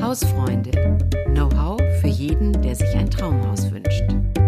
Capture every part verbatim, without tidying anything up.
Hausfreunde. Know-how für jeden, der sich ein Traumhaus wünscht.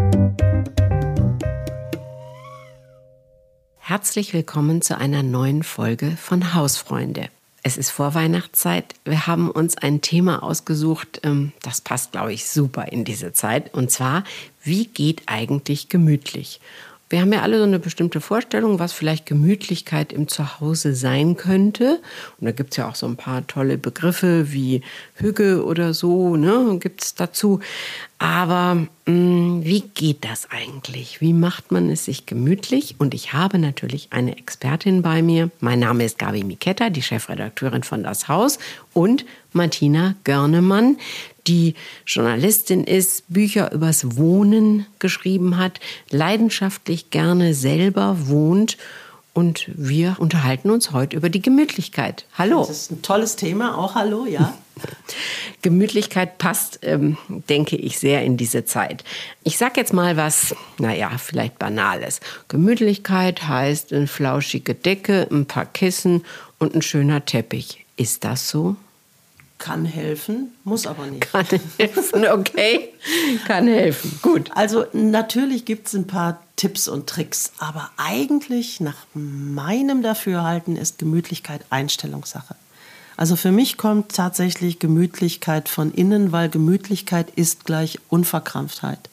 Herzlich willkommen zu einer neuen Folge von Hausfreunde. Es ist Vorweihnachtszeit. Wir haben uns ein Thema ausgesucht, das passt, glaube ich, super in diese Zeit. Und zwar, wie geht eigentlich gemütlich? Wir haben ja alle so eine bestimmte Vorstellung, was vielleicht Gemütlichkeit im Zuhause sein könnte. Und da gibt es ja auch so ein paar tolle Begriffe wie Hüge oder so, ne, gibt es dazu. Aber mh, wie geht das eigentlich? Wie macht man es sich gemütlich? Und ich habe natürlich eine Expertin bei mir. Mein Name ist Gabi Miketta, die Chefredakteurin von Das Haus, und Martina Görnemann, die Journalistin ist, Bücher übers Wohnen geschrieben hat, leidenschaftlich gerne selber wohnt. Und wir unterhalten uns heute über die Gemütlichkeit. Hallo. Das ist ein tolles Thema, auch hallo, ja. Gemütlichkeit passt, ähm, denke ich, sehr in diese Zeit. Ich sage jetzt mal was, naja, vielleicht Banales. Gemütlichkeit heißt eine flauschige Decke, ein paar Kissen und ein schöner Teppich. Ist das so? Kann helfen, muss aber nicht. Kann helfen, okay. Kann helfen, gut. Also natürlich gibt es ein paar Tipps und Tricks, aber eigentlich nach meinem Dafürhalten ist Gemütlichkeit Einstellungssache. Also für mich kommt tatsächlich Gemütlichkeit von innen, weil Gemütlichkeit ist gleich Unverkrampftheit.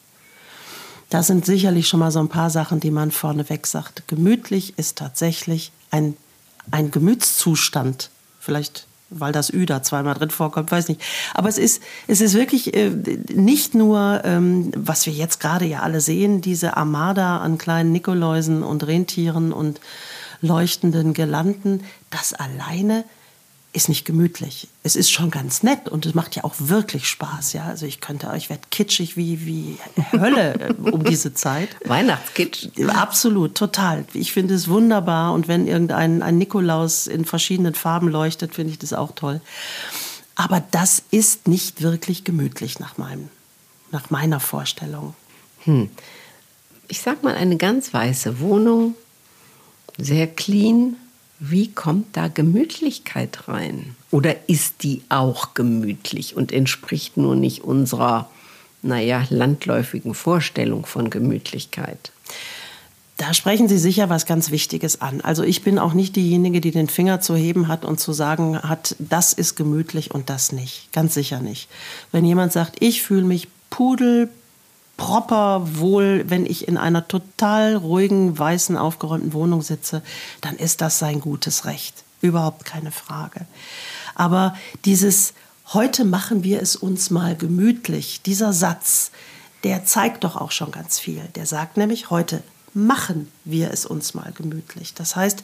Das sind sicherlich schon mal so ein paar Sachen, die man vorneweg sagt. Gemütlich ist tatsächlich ein, ein Gemütszustand, vielleicht weil das Ü da zweimal drin vorkommt, weiß nicht. Aber es ist, es ist wirklich äh, nicht nur, ähm, was wir jetzt gerade ja alle sehen, diese Armada an kleinen Nikoläusen und Rentieren und leuchtenden Girlanden, das alleine ist nicht gemütlich. Es ist schon ganz nett und es macht ja auch wirklich Spaß. Ja? Also ich könnte, ich werde kitschig wie, wie Hölle um diese Zeit. Weihnachtskitsch. Absolut, total. Ich finde es wunderbar und wenn irgendein ein Nikolaus in verschiedenen Farben leuchtet, finde ich das auch toll. Aber das ist nicht wirklich gemütlich nach meinem, nach meiner Vorstellung. Hm. Ich sag mal, eine ganz weiße Wohnung, sehr clean. Wie kommt da Gemütlichkeit rein? Oder ist die auch gemütlich und entspricht nur nicht unserer, naja, landläufigen Vorstellung von Gemütlichkeit? Da sprechen Sie sicher was ganz Wichtiges an. Also ich bin auch nicht diejenige, die den Finger zu heben hat und zu sagen hat, das ist gemütlich und das nicht. Ganz sicher nicht. Wenn jemand sagt, ich fühle mich pudel, proper wohl, wenn ich in einer total ruhigen, weißen, aufgeräumten Wohnung sitze, dann ist das sein gutes Recht. Überhaupt keine Frage. Aber dieses, heute machen wir es uns mal gemütlich, dieser Satz, der zeigt doch auch schon ganz viel. Der sagt nämlich, heute machen wir es uns mal gemütlich. Das heißt,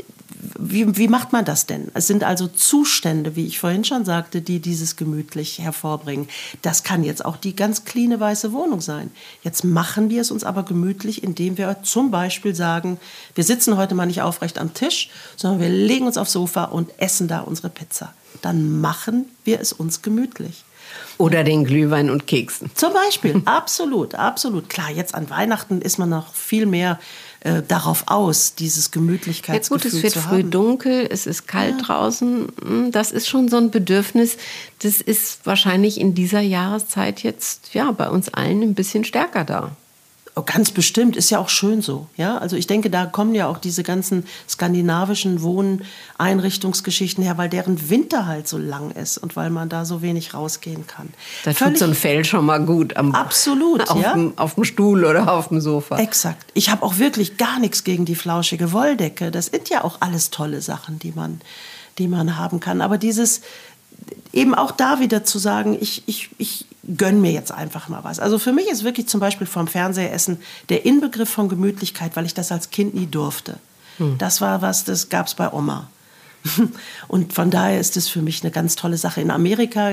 Wie, wie macht man das denn? Es sind also Zustände, wie ich vorhin schon sagte, die dieses gemütlich hervorbringen. Das kann jetzt auch die ganz cleane weiße Wohnung sein. Jetzt machen wir es uns aber gemütlich, indem wir zum Beispiel sagen, wir sitzen heute mal nicht aufrecht am Tisch, sondern wir legen uns aufs Sofa und essen da unsere Pizza. Dann machen wir es uns gemütlich. Oder den Glühwein und Keksen. Zum Beispiel, absolut, absolut. Klar, jetzt an Weihnachten ist man noch viel mehr äh, darauf aus, dieses Gemütlichkeitsgefühl zu haben. Ja gut, es wird früh dunkel, es ist kalt ja. draußen. Das ist schon so ein Bedürfnis. Das ist wahrscheinlich in dieser Jahreszeit jetzt ja bei uns allen ein bisschen stärker da. Ganz bestimmt, ist ja auch schön so. Ja? Also ich denke, da kommen ja auch diese ganzen skandinavischen Wohneinrichtungsgeschichten her, weil deren Winter halt so lang ist und weil man da so wenig rausgehen kann. Da tut so ein Fell schon mal gut. Am, Absolut, auf ja. Dem, auf dem Stuhl oder auf dem Sofa. Exakt. Ich habe auch wirklich gar nichts gegen die flauschige Wolldecke. Das sind ja auch alles tolle Sachen, die man, die man haben kann. Aber dieses eben auch da wieder zu sagen, ich, ich, ich gönn mir jetzt einfach mal was. Also für mich ist wirklich zum Beispiel vom Fernseher essen der Inbegriff von Gemütlichkeit, weil ich das als Kind nie durfte. Hm. Das war was, das gab's bei Oma. Und von daher ist es für mich eine ganz tolle Sache. In Amerika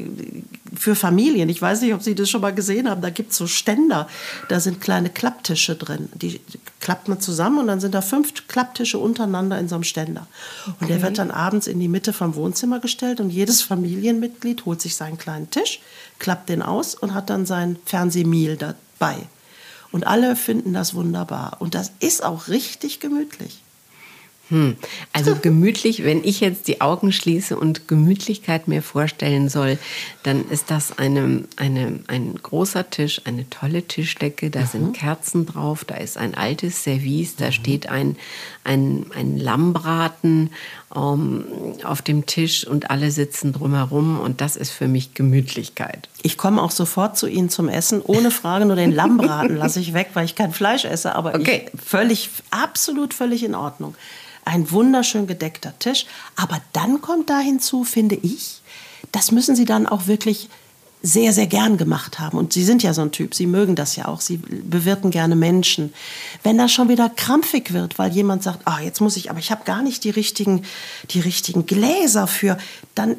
für Familien, ich weiß nicht, ob Sie das schon mal gesehen haben, da gibt es so Ständer, da sind kleine Klapptische drin. Die klappt man zusammen und dann sind da fünf Klapptische untereinander in so einem Ständer. Und okay. Der wird dann abends in die Mitte vom Wohnzimmer gestellt und jedes Familienmitglied holt sich seinen kleinen Tisch, klappt den aus und hat dann sein Fernsehmeal dabei. Und alle finden das wunderbar. Und das ist auch richtig gemütlich. Hm. Also gemütlich, wenn ich jetzt die Augen schließe und Gemütlichkeit mir vorstellen soll, dann ist das eine, eine, ein großer Tisch, eine tolle Tischdecke, da mhm. sind Kerzen drauf, da ist ein altes Service, da mhm. steht ein, ein, ein Lammbraten ähm, auf dem Tisch und alle sitzen drumherum und das ist für mich Gemütlichkeit. Ich komme auch sofort zu Ihnen zum Essen, ohne Frage, nur den Lammbraten lasse ich weg, weil ich kein Fleisch esse, aber okay. ich, völlig, absolut völlig in Ordnung. Ein wunderschön gedeckter Tisch. Aber dann kommt da hinzu, finde ich, das müssen Sie dann auch wirklich sehr, sehr gern gemacht haben. Und Sie sind ja so ein Typ, Sie mögen das ja auch. Sie bewirten gerne Menschen. Wenn das schon wieder krampfig wird, weil jemand sagt, ah, jetzt muss ich, aber ich habe gar nicht die richtigen, die richtigen Gläser für, dann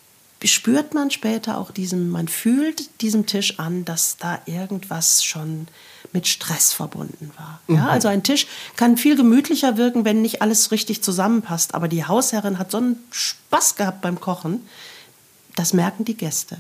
spürt man später auch diesem, man fühlt diesem Tisch an, dass da irgendwas schon mit Stress verbunden war. Ja, also ein Tisch kann viel gemütlicher wirken, wenn nicht alles richtig zusammenpasst. Aber die Hausherrin hat so einen Spaß gehabt beim Kochen. Das merken die Gäste.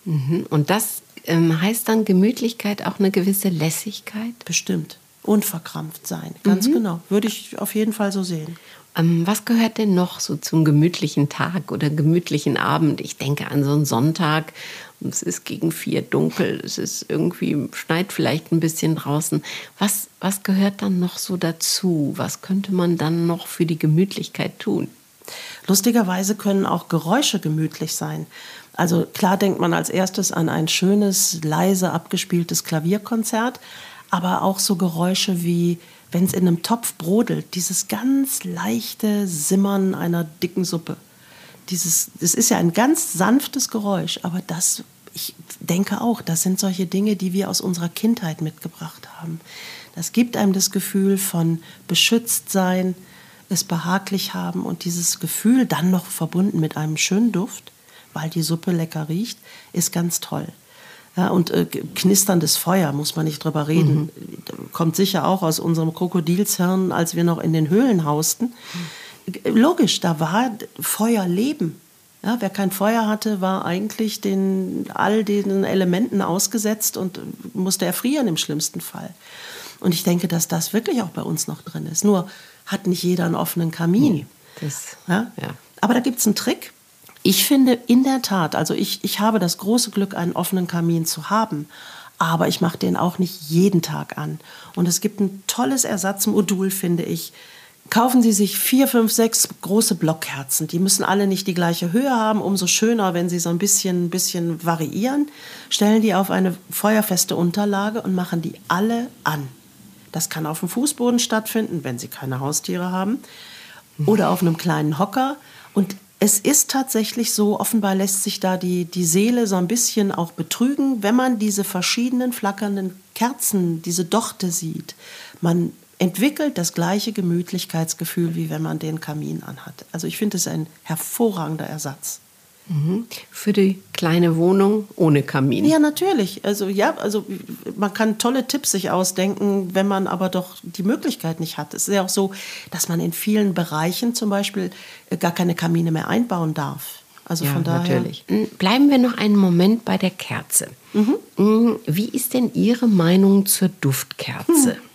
Und das ähm, heißt dann Gemütlichkeit auch eine gewisse Lässigkeit? Bestimmt. Unverkrampft sein. Ganz mhm. genau. Würde ich auf jeden Fall so sehen. Ähm, was gehört denn noch so zum gemütlichen Tag oder gemütlichen Abend? Ich denke an so einen Sonntag. Es ist gegen vier dunkel, es ist irgendwie, schneit vielleicht ein bisschen draußen. Was, was gehört dann noch so dazu? Was könnte man dann noch für die Gemütlichkeit tun? Lustigerweise können auch Geräusche gemütlich sein. Also klar denkt man als erstes an ein schönes, leise abgespieltes Klavierkonzert, aber auch so Geräusche wie, wenn es in einem Topf brodelt, dieses ganz leichte Simmern einer dicken Suppe. Dieses, das ist ja ein ganz sanftes Geräusch, aber das, ich denke auch, das sind solche Dinge, die wir aus unserer Kindheit mitgebracht haben. Das gibt einem das Gefühl von beschützt sein, es behaglich haben und dieses Gefühl dann noch verbunden mit einem schönen Duft, weil die Suppe lecker riecht, ist ganz toll. Ja, und äh, knisterndes Feuer, muss man nicht drüber reden, mhm. kommt sicher auch aus unserem Krokodilshirn, als wir noch in den Höhlen hausten. Mhm. Logisch, da war Feuer Leben. Ja, wer kein Feuer hatte, war eigentlich den, all den Elementen ausgesetzt und musste erfrieren im schlimmsten Fall. Und ich denke, dass das wirklich auch bei uns noch drin ist. Nur hat nicht jeder einen offenen Kamin. Nee, das, ja? Ja. Aber da gibt es einen Trick. Ich finde in der Tat, also ich, ich habe das große Glück, einen offenen Kamin zu haben. Aber ich mache den auch nicht jeden Tag an. Und es gibt ein tolles Ersatzmodul, finde ich. Kaufen Sie sich vier, fünf, sechs große Blockkerzen. Die müssen alle nicht die gleiche Höhe haben. Umso schöner, wenn Sie so ein bisschen, ein bisschen variieren. Stellen die auf eine feuerfeste Unterlage und machen die alle an. Das kann auf dem Fußboden stattfinden, wenn Sie keine Haustiere haben. Oder auf einem kleinen Hocker. Und es ist tatsächlich so, offenbar lässt sich da die, die Seele so ein bisschen auch betrügen, wenn man diese verschiedenen flackernden Kerzen, diese Dochte sieht. Man entwickelt das gleiche Gemütlichkeitsgefühl, wie wenn man den Kamin anhat. Also ich finde es ein hervorragender Ersatz. Mhm. Für die kleine Wohnung ohne Kamin. Ja, natürlich. Also ja, also man kann tolle Tipps sich ausdenken, wenn man aber doch die Möglichkeit nicht hat. Es ist ja auch so, dass man in vielen Bereichen zum Beispiel gar keine Kamine mehr einbauen darf. Also ja, von daher. Natürlich. Bleiben wir noch einen Moment bei der Kerze. Mhm. Wie ist denn Ihre Meinung zur Duftkerze? Hm.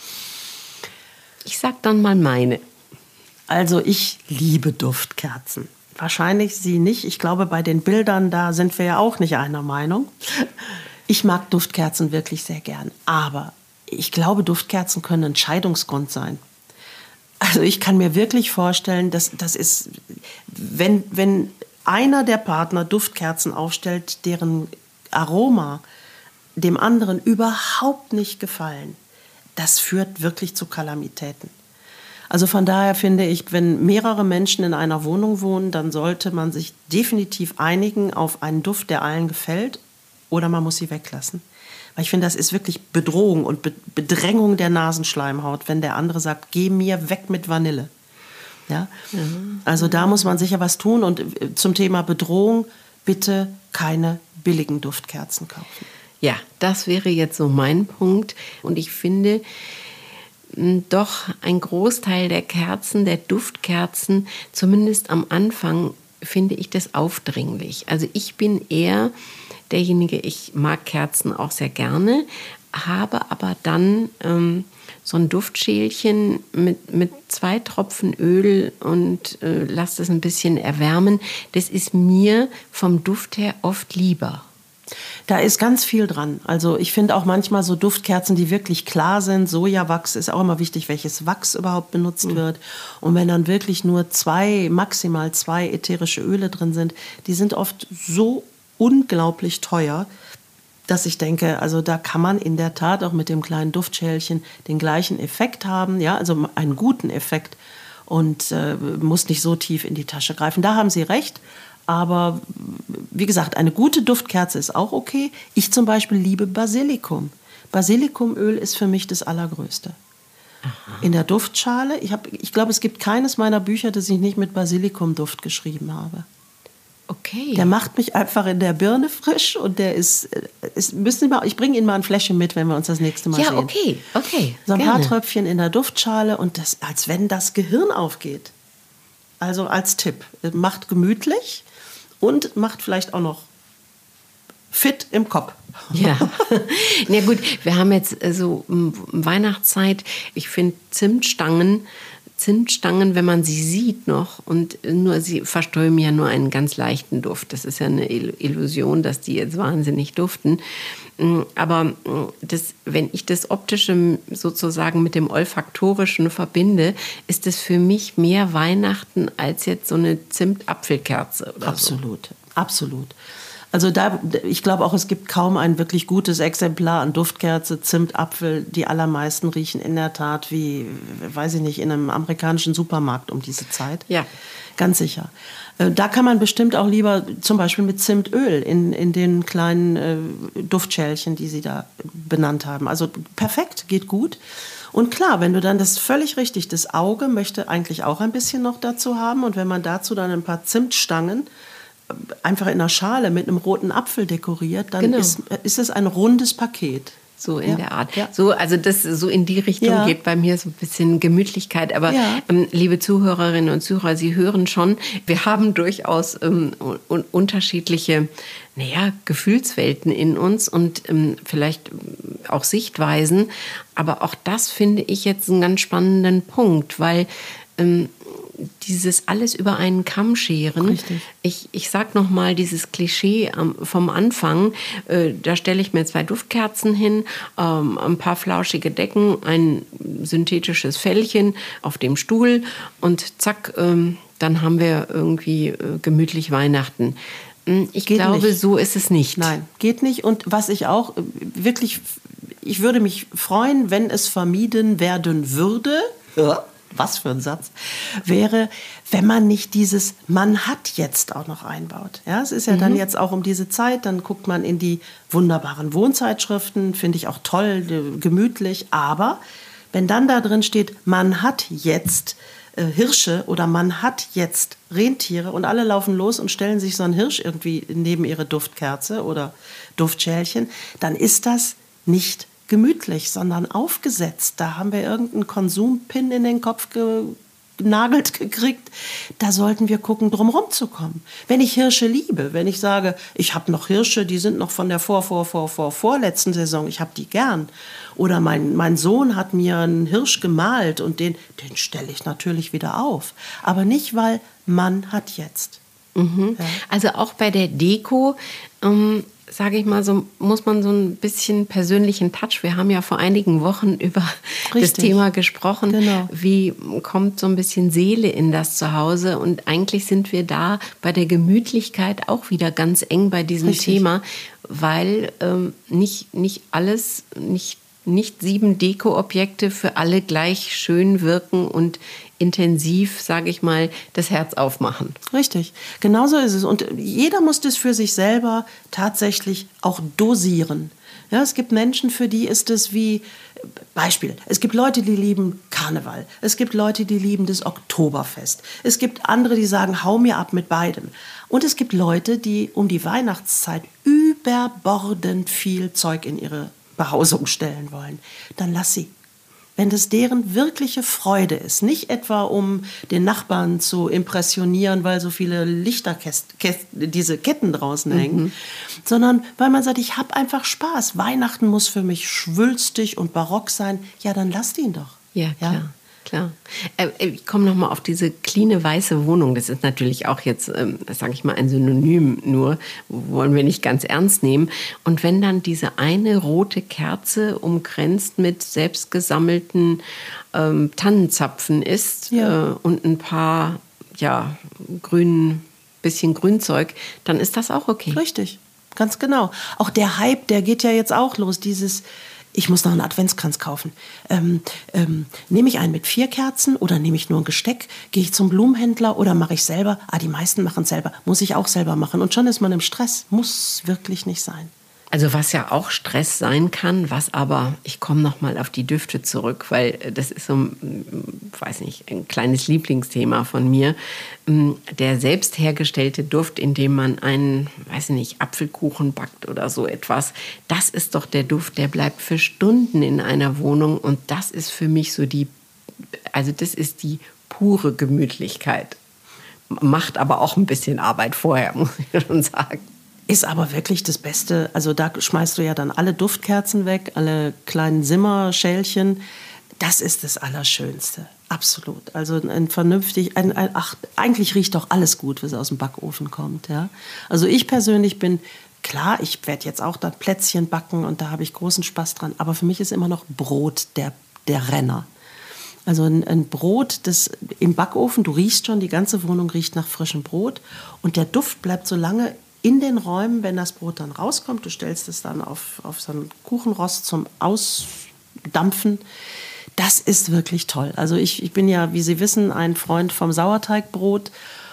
Ich sag dann mal meine. Also ich liebe Duftkerzen. Wahrscheinlich Sie nicht. Ich glaube, bei den Bildern, da sind wir ja auch nicht einer Meinung. Ich mag Duftkerzen wirklich sehr gern. Aber ich glaube, Duftkerzen können ein Scheidungsgrund sein. Also ich kann mir wirklich vorstellen, dass das ist, wenn, wenn einer der Partner Duftkerzen aufstellt, deren Aroma dem anderen überhaupt nicht gefallen, das führt wirklich zu Kalamitäten. Also von daher finde ich, wenn mehrere Menschen in einer Wohnung wohnen, dann sollte man sich definitiv einigen auf einen Duft, der allen gefällt, oder man muss sie weglassen. Weil ich finde, das ist wirklich Bedrohung und Be- Bedrängung der Nasenschleimhaut, wenn der andere sagt, geh mir weg mit Vanille. Ja? Mhm. Also da muss man sicher was tun. Und zum Thema Bedrohung, bitte keine billigen Duftkerzen kaufen. Ja, das wäre jetzt so mein Punkt. Und ich finde, doch ein Großteil der Kerzen, der Duftkerzen, zumindest am Anfang, finde ich das aufdringlich. Also ich bin eher derjenige, ich mag Kerzen auch sehr gerne, habe aber dann ähm, so ein Duftschälchen mit, mit zwei Tropfen Öl und äh, lasse das ein bisschen erwärmen. Das ist mir vom Duft her oft lieber. Da ist ganz viel dran. Also ich finde auch manchmal so Duftkerzen, die wirklich klar sind. Sojawachs ist auch immer wichtig, welches Wachs überhaupt benutzt mhm. wird. Und wenn dann wirklich nur zwei, maximal zwei ätherische Öle drin sind, die sind oft so unglaublich teuer, dass ich denke, also da kann man in der Tat auch mit dem kleinen Duftschälchen den gleichen Effekt haben, ja, also einen guten Effekt und äh, muss nicht so tief in die Tasche greifen. Da haben Sie recht. Aber wie gesagt, eine gute Duftkerze ist auch okay. Ich zum Beispiel liebe Basilikum. Basilikumöl ist für mich das Allergrößte. Aha. In der Duftschale, ich, hab, ich glaube, es gibt keines meiner Bücher, das ich nicht mit Basilikumduft geschrieben habe. Okay. Der macht mich einfach in der Birne frisch und der ist, ist müssen wir, ich bringe Ihnen mal ein Fläschchen mit, wenn wir uns das nächste Mal ja, sehen. Ja, okay, okay. So ein gerne. paar Tröpfchen in der Duftschale und das, als wenn das Gehirn aufgeht. Also als Tipp, macht gemütlich. Und macht vielleicht auch noch fit im Kopf. Ja, na gut, wir haben jetzt so Weihnachtszeit. Ich finde Zimtstangen, Zimtstangen, wenn man sie sieht noch, und nur sie verstäuben ja nur einen ganz leichten Duft. Das ist ja eine Illusion, dass die jetzt wahnsinnig duften. Aber das, wenn ich das Optische sozusagen mit dem Olfaktorischen verbinde, ist es für mich mehr Weihnachten als jetzt so eine Zimt-Apfelkerze oder absolut, so. Absolut. Also da, ich glaube auch, es gibt kaum ein wirklich gutes Exemplar an Duftkerze, Zimt, Apfel. Die allermeisten riechen in der Tat wie, weiß ich nicht, in einem amerikanischen Supermarkt um diese Zeit. Ja. Ganz sicher. Da kann man bestimmt auch lieber zum Beispiel mit Zimtöl in, in den kleinen äh, Duftschälchen, die Sie da benannt haben. Also perfekt, geht gut. Und klar, wenn du dann, das ist völlig richtig, das Auge möchte eigentlich auch ein bisschen noch dazu haben. Und wenn man dazu dann ein paar Zimtstangen einfach in einer Schale mit einem roten Apfel dekoriert, dann genau. ist, ist es ein rundes Paket. So in ja. der Art. Ja. So, also das so in die Richtung ja. geht bei mir so ein bisschen Gemütlichkeit. Aber ja. ähm, liebe Zuhörerinnen und Zuhörer, Sie hören schon, wir haben durchaus ähm, un- unterschiedliche, naja, Gefühlswelten in uns und ähm, vielleicht auch Sichtweisen. Aber auch das finde ich jetzt einen ganz spannenden Punkt, weil ähm, dieses alles über einen Kamm scheren. Richtig. Ich, ich sag noch mal dieses Klischee ähm, vom Anfang. Äh, da stelle ich mir zwei Duftkerzen hin, ähm, ein paar flauschige Decken, ein synthetisches Fellchen auf dem Stuhl und zack, ähm, dann haben wir irgendwie äh, gemütlich Weihnachten. Ich geht glaube, nicht. So ist es nicht. Nein, geht nicht. Und was ich auch wirklich, ich würde mich freuen, wenn es vermieden werden würde. Ja. Was für ein Satz, wäre, wenn man nicht dieses man hat jetzt auch noch einbaut. Ja, es ist ja mhm. dann jetzt auch um diese Zeit, dann guckt man in die wunderbaren Wohnzeitschriften, finde ich auch toll, gemütlich, aber wenn dann da drin steht, man hat jetzt äh, Hirsche oder man hat jetzt Rentiere und alle laufen los und stellen sich so einen Hirsch irgendwie neben ihre Duftkerze oder Duftschälchen, dann ist das nicht gemütlich, sondern aufgesetzt. Da haben wir irgendeinen Konsumpin in den Kopf genagelt gekriegt. Da sollten wir gucken, drum rumzukommen. Wenn ich Hirsche liebe, wenn ich sage, ich habe noch Hirsche, die sind noch von der vor, vor, vor, vor, vorletzten Saison, ich habe die gern. Oder mein, mein Sohn hat mir einen Hirsch gemalt und den, den stelle ich natürlich wieder auf. Aber nicht, weil man hat jetzt. Mhm. Ja. Also auch bei der Deko, ähm sage ich mal, so muss man so ein bisschen persönlichen Touch. Wir haben ja vor einigen Wochen über Richtig. Das Thema gesprochen. Genau. Wie kommt so ein bisschen Seele in das Zuhause? Und eigentlich sind wir da bei der Gemütlichkeit auch wieder ganz eng bei diesem Richtig. Thema, weil ähm, nicht, nicht alles, nicht, nicht sieben Deko-Objekte für alle gleich schön wirken und intensiv, sage ich mal, das Herz aufmachen. Richtig, genau so ist es. Und jeder muss das für sich selber tatsächlich auch dosieren. Ja, es gibt Menschen, für die ist es wie, Beispiel, es gibt Leute, die lieben Karneval. Es gibt Leute, die lieben das Oktoberfest. Es gibt andere, die sagen, hau mir ab mit beidem. Und es gibt Leute, die um die Weihnachtszeit überbordend viel Zeug in ihre Behausung stellen wollen. Dann lass sie. wenn das deren wirkliche Freude ist, nicht etwa um den Nachbarn zu impressionieren, weil so viele Lichterkäst, Käst, diese Ketten draußen mhm. hängen, sondern weil man sagt, ich habe einfach Spaß. Weihnachten muss für mich schwülstig und barock sein. Ja, dann lasst ihn doch. Ja, klar. Ja? Klar. Äh, ich komme noch mal auf diese cleane weiße Wohnung. Das ist natürlich auch jetzt, ähm, sage ich mal, ein Synonym nur. Wollen wir nicht ganz ernst nehmen. Und wenn dann diese eine rote Kerze umkränzt mit selbstgesammelten ähm, Tannenzapfen ist ja. äh, und ein paar, ja, grünen, bisschen Grünzeug, dann ist das auch okay. Richtig, ganz genau. Auch der Hype, der geht ja jetzt auch los. Dieses Ich muss noch einen Adventskranz kaufen. Ähm, ähm, nehme ich einen mit vier Kerzen oder nehme ich nur ein Gesteck? Gehe ich zum Blumenhändler oder mache ich selber? Ah, die meisten machen es selber. Muss ich auch selber machen. Und schon ist man im Stress. Muss wirklich nicht sein. Also was ja auch Stress sein kann, was aber, ich komme noch mal auf die Düfte zurück, weil das ist so, weiß nicht, ein kleines Lieblingsthema von mir. Der selbst hergestellte Duft, in dem man einen, weiß nicht, Apfelkuchen backt oder so etwas, das ist doch der Duft, der bleibt für Stunden in einer Wohnung und das ist für mich so die, also das ist die pure Gemütlichkeit. Macht aber auch ein bisschen Arbeit vorher, muss ich schon sagen. Ist aber wirklich das Beste. Also da schmeißt du ja dann alle Duftkerzen weg, alle kleinen Simmerschälchen. Das ist das Allerschönste. Absolut. Also ein vernünftig, ein, ein, ach, eigentlich riecht doch alles gut, was aus dem Backofen kommt. Ja? Also ich persönlich bin, klar, ich werde jetzt auch da Plätzchen backen und da habe ich großen Spaß dran. Aber für mich ist immer noch Brot der, der Renner. Also ein, ein Brot, das im Backofen, du riechst schon, die ganze Wohnung riecht nach frischem Brot. Und der Duft bleibt so lange in den Räumen, wenn das Brot dann rauskommt, du stellst es dann auf, auf so einen Kuchenrost zum Ausdampfen. Das ist wirklich toll. Also ich, ich bin ja, wie Sie wissen, ein Freund vom Sauerteigbrot.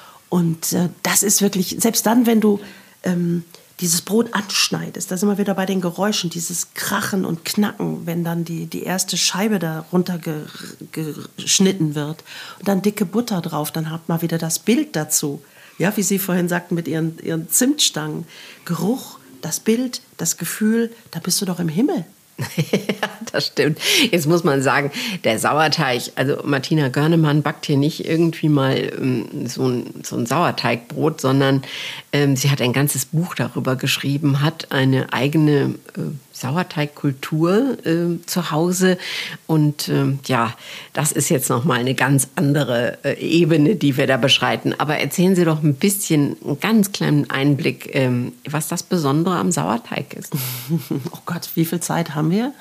Und äh, das ist wirklich, selbst dann, wenn du ähm, dieses Brot anschneidest, da sind wir wieder bei den Geräuschen, dieses Krachen und Knacken, wenn dann die, die erste Scheibe da runtergeschnitten wird und dann dicke Butter drauf, dann hat man wieder das Bild dazu. Ja, wie Sie vorhin sagten, mit Ihren, Ihren Zimtstangen. Geruch, das Bild, das Gefühl, da bist du doch im Himmel. Ja, das stimmt. Jetzt muss man sagen, der Sauerteig, also Martina Görnemann backt hier nicht irgendwie mal ähm, so, ein, so ein Sauerteigbrot, sondern ähm, sie hat ein ganzes Buch darüber geschrieben, hat eine eigene äh, Sauerteigkultur äh, zu Hause und äh, ja, das ist jetzt nochmal eine ganz andere äh, Ebene, die wir da beschreiten. Aber erzählen Sie doch ein bisschen, einen ganz kleinen Einblick, ähm, was das Besondere am Sauerteig ist. Oh Gott, wie viel Zeit haben wir?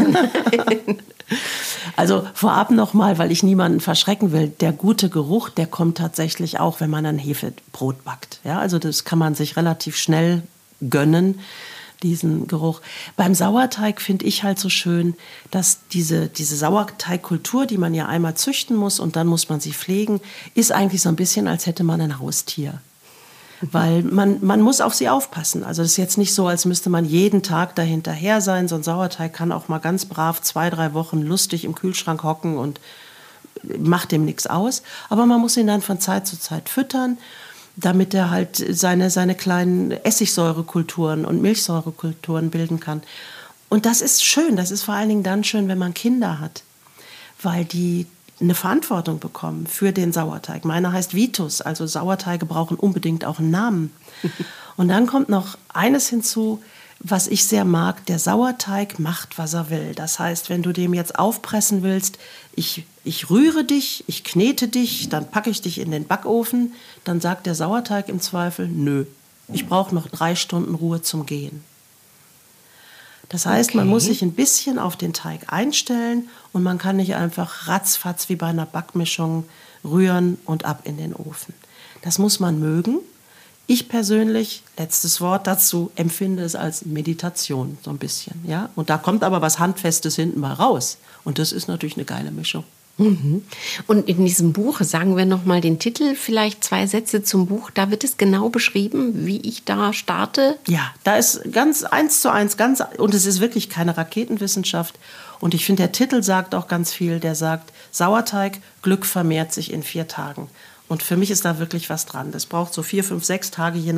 Also vorab nochmal, weil ich niemanden verschrecken will, der gute Geruch, der kommt tatsächlich auch, wenn man ein Hefebrot backt. Ja, also das kann man sich relativ schnell gönnen, diesen Geruch. Beim Sauerteig finde ich halt so schön, dass diese, diese Sauerteigkultur, die man ja einmal züchten muss und dann muss man sie pflegen, ist eigentlich so ein bisschen, als hätte man ein Haustier. Weil man, man muss auf sie aufpassen. Also das ist jetzt nicht so, als müsste man jeden Tag dahinterher sein. So ein Sauerteig kann auch mal ganz brav zwei, drei Wochen lustig im Kühlschrank hocken und macht dem nichts aus. Aber man muss ihn dann von Zeit zu Zeit füttern, damit er halt seine, seine kleinen Essigsäurekulturen und Milchsäurekulturen bilden kann. Und das ist schön. Das ist vor allen Dingen dann schön, wenn man Kinder hat, weil die eine Verantwortung bekommen für den Sauerteig. Meiner heißt Vitus, also Sauerteige brauchen unbedingt auch einen Namen. Und dann kommt noch eines hinzu, was ich sehr mag, der Sauerteig macht, was er will. Das heißt, wenn du dem jetzt aufpressen willst, ich, ich rühre dich, ich knete dich, dann packe ich dich in den Backofen, dann sagt der Sauerteig im Zweifel, nö, ich brauche noch drei Stunden Ruhe zum Gehen. Das heißt, okay. Man muss sich ein bisschen auf den Teig einstellen und man kann nicht einfach ratzfatz wie bei einer Backmischung rühren und ab in den Ofen. Das muss man mögen. Ich persönlich, letztes Wort dazu, empfinde es als Meditation so ein bisschen. Ja? Und da kommt aber was Handfestes hinten mal raus. Und das ist natürlich eine geile Mischung. Mhm. Und in diesem Buch, sagen wir noch mal den Titel, vielleicht zwei Sätze zum Buch, da wird es genau beschrieben, wie ich da starte. Ja, da ist ganz eins zu eins, ganz, und es ist wirklich keine Raketenwissenschaft. Und ich finde, der Titel sagt auch ganz viel, der sagt, Sauerteig, Glück vermehrt sich in vier Tagen. Und für mich ist da wirklich was dran. Das braucht so vier, fünf, sechs Tage, je nach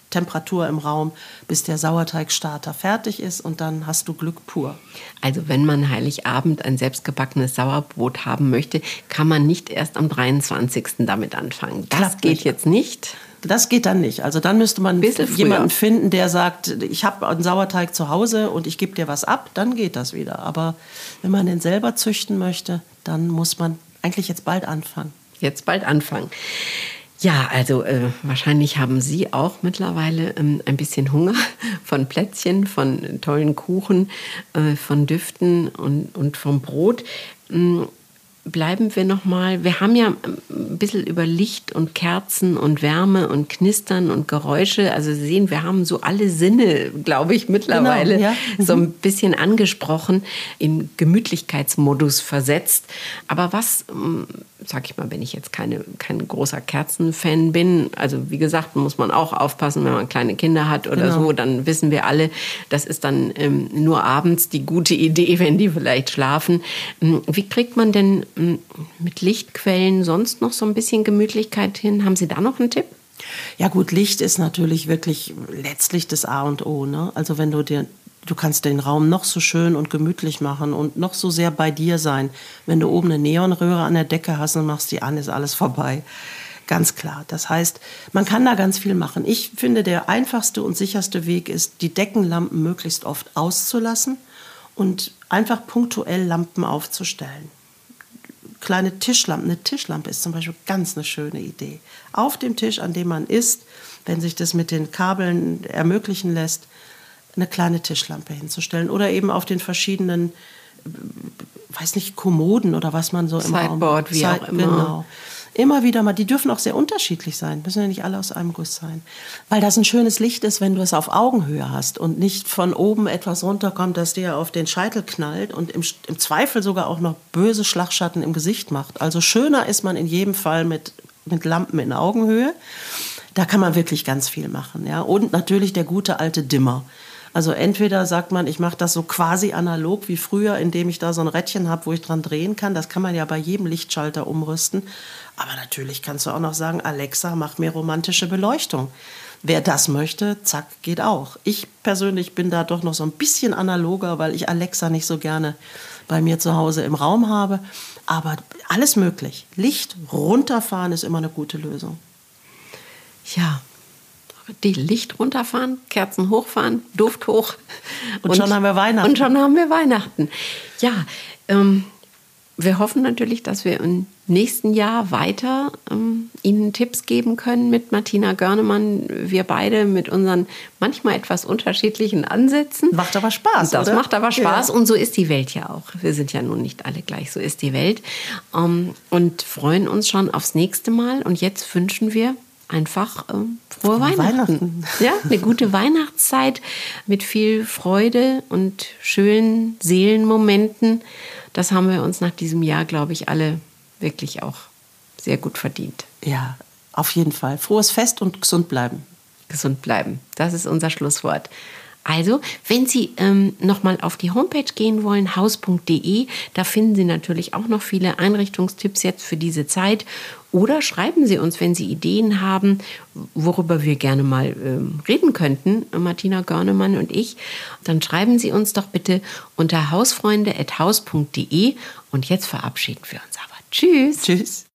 Temperatur im Raum, bis der Sauerteigstarter fertig ist und dann hast du Glück pur. Also wenn man Heiligabend ein selbstgebackenes Sauerbrot haben möchte, kann man nicht erst am dreiundzwanzigsten damit anfangen. Das Klappt geht nicht. Jetzt nicht. Das geht dann nicht. Also dann müsste man jemanden finden, der sagt, ich habe einen Sauerteig zu Hause und ich gebe dir was ab, dann geht das wieder. Aber wenn man den selber züchten möchte, dann muss man eigentlich jetzt bald anfangen. Jetzt bald anfangen. Ja, also äh, wahrscheinlich haben Sie auch mittlerweile ähm, ein bisschen Hunger von Plätzchen, von tollen Kuchen, äh, von Düften und, und vom Brot. Ähm, Bleiben wir noch mal. Wir haben ja ein bisschen über Licht und Kerzen und Wärme und Knistern und Geräusche. Also Sie sehen, wir haben so alle Sinne, glaube ich, mittlerweile genau, ja. mhm. so ein bisschen angesprochen, in Gemütlichkeitsmodus versetzt. Aber was, sag ich mal, wenn ich jetzt keine, kein großer Kerzenfan bin, also wie gesagt, muss man auch aufpassen, wenn man kleine Kinder hat oder genau. so, dann wissen wir alle, das ist dann ähm, nur abends die gute Idee, wenn die vielleicht schlafen. Wie kriegt man denn mit Lichtquellen sonst noch so ein bisschen Gemütlichkeit hin? Haben Sie da noch einen Tipp? Ja gut, Licht ist natürlich wirklich letztlich das A und O. Ne? Also wenn du dir, du kannst den Raum noch so schön und gemütlich machen und noch so sehr bei dir sein. Wenn du oben eine Neonröhre an der Decke hast und machst die an, ist alles vorbei. Ganz klar. Das heißt, man kann da ganz viel machen. Ich finde, der einfachste und sicherste Weg ist, die Deckenlampen möglichst oft auszulassen und einfach punktuell Lampen aufzustellen. Kleine Tischlampen. Eine Tischlampe ist zum Beispiel ganz eine schöne Idee. Auf dem Tisch, an dem man isst, wenn sich das mit den Kabeln ermöglichen lässt, eine kleine Tischlampe hinzustellen. Oder eben auf den verschiedenen, weiß nicht, Kommoden oder was man so im Raum... Sideboard, wie auch immer. Genau. Immer wieder mal, die dürfen auch sehr unterschiedlich sein, müssen ja nicht alle aus einem Guss sein. Weil das ein schönes Licht ist, wenn du es auf Augenhöhe hast und nicht von oben etwas runterkommt, das dir auf den Scheitel knallt und im, im Zweifel sogar auch noch böse Schlagschatten im Gesicht macht. Also schöner ist man in jedem Fall mit, mit Lampen in Augenhöhe. Da kann man wirklich ganz viel machen. Ja? Und natürlich der gute alte Dimmer. Also entweder sagt man, ich mache das so quasi analog wie früher, indem ich da so ein Rädchen habe, wo ich dran drehen kann. Das kann man ja bei jedem Lichtschalter umrüsten. Aber natürlich kannst du auch noch sagen, Alexa, mach mir romantische Beleuchtung. Wer das möchte, zack, geht auch. Ich persönlich bin da doch noch so ein bisschen analoger, weil ich Alexa nicht so gerne bei mir zu Hause im Raum habe. Aber alles möglich. Licht runterfahren ist immer eine gute Lösung. Ja. Die Licht runterfahren, Kerzen hochfahren, Duft hoch. Und, und schon haben wir Weihnachten. Und schon haben wir Weihnachten. Ja, ähm, wir hoffen natürlich, dass wir im nächsten Jahr weiter ähm, Ihnen Tipps geben können mit Martina Görnemann. Wir beide mit unseren manchmal etwas unterschiedlichen Ansätzen. Macht aber Spaß, Das oder? macht aber Spaß. Ja. Und so ist die Welt ja auch. Wir sind ja nun nicht alle gleich. So ist die Welt. Ähm, und freuen uns schon aufs nächste Mal. Und jetzt wünschen wir einfach äh, frohe, frohe Weihnachten. Weihnachten. Ja, eine gute Weihnachtszeit mit viel Freude und schönen Seelenmomenten. Das haben wir uns nach diesem Jahr, glaube ich, alle wirklich auch sehr gut verdient. Ja, auf jeden Fall. Frohes Fest und gesund bleiben. Gesund bleiben, das ist unser Schlusswort. Also, wenn Sie ähm, nochmal auf die Homepage gehen wollen, haus punkt de, da finden Sie natürlich auch noch viele Einrichtungstipps jetzt für diese Zeit. Oder schreiben Sie uns, wenn Sie Ideen haben, worüber wir gerne mal ähm, reden könnten, Martina Görnemann und ich. Dann schreiben Sie uns doch bitte unter hausfreunde at haus punkt de. Und jetzt verabschieden wir uns aber. Tschüss. Tschüss.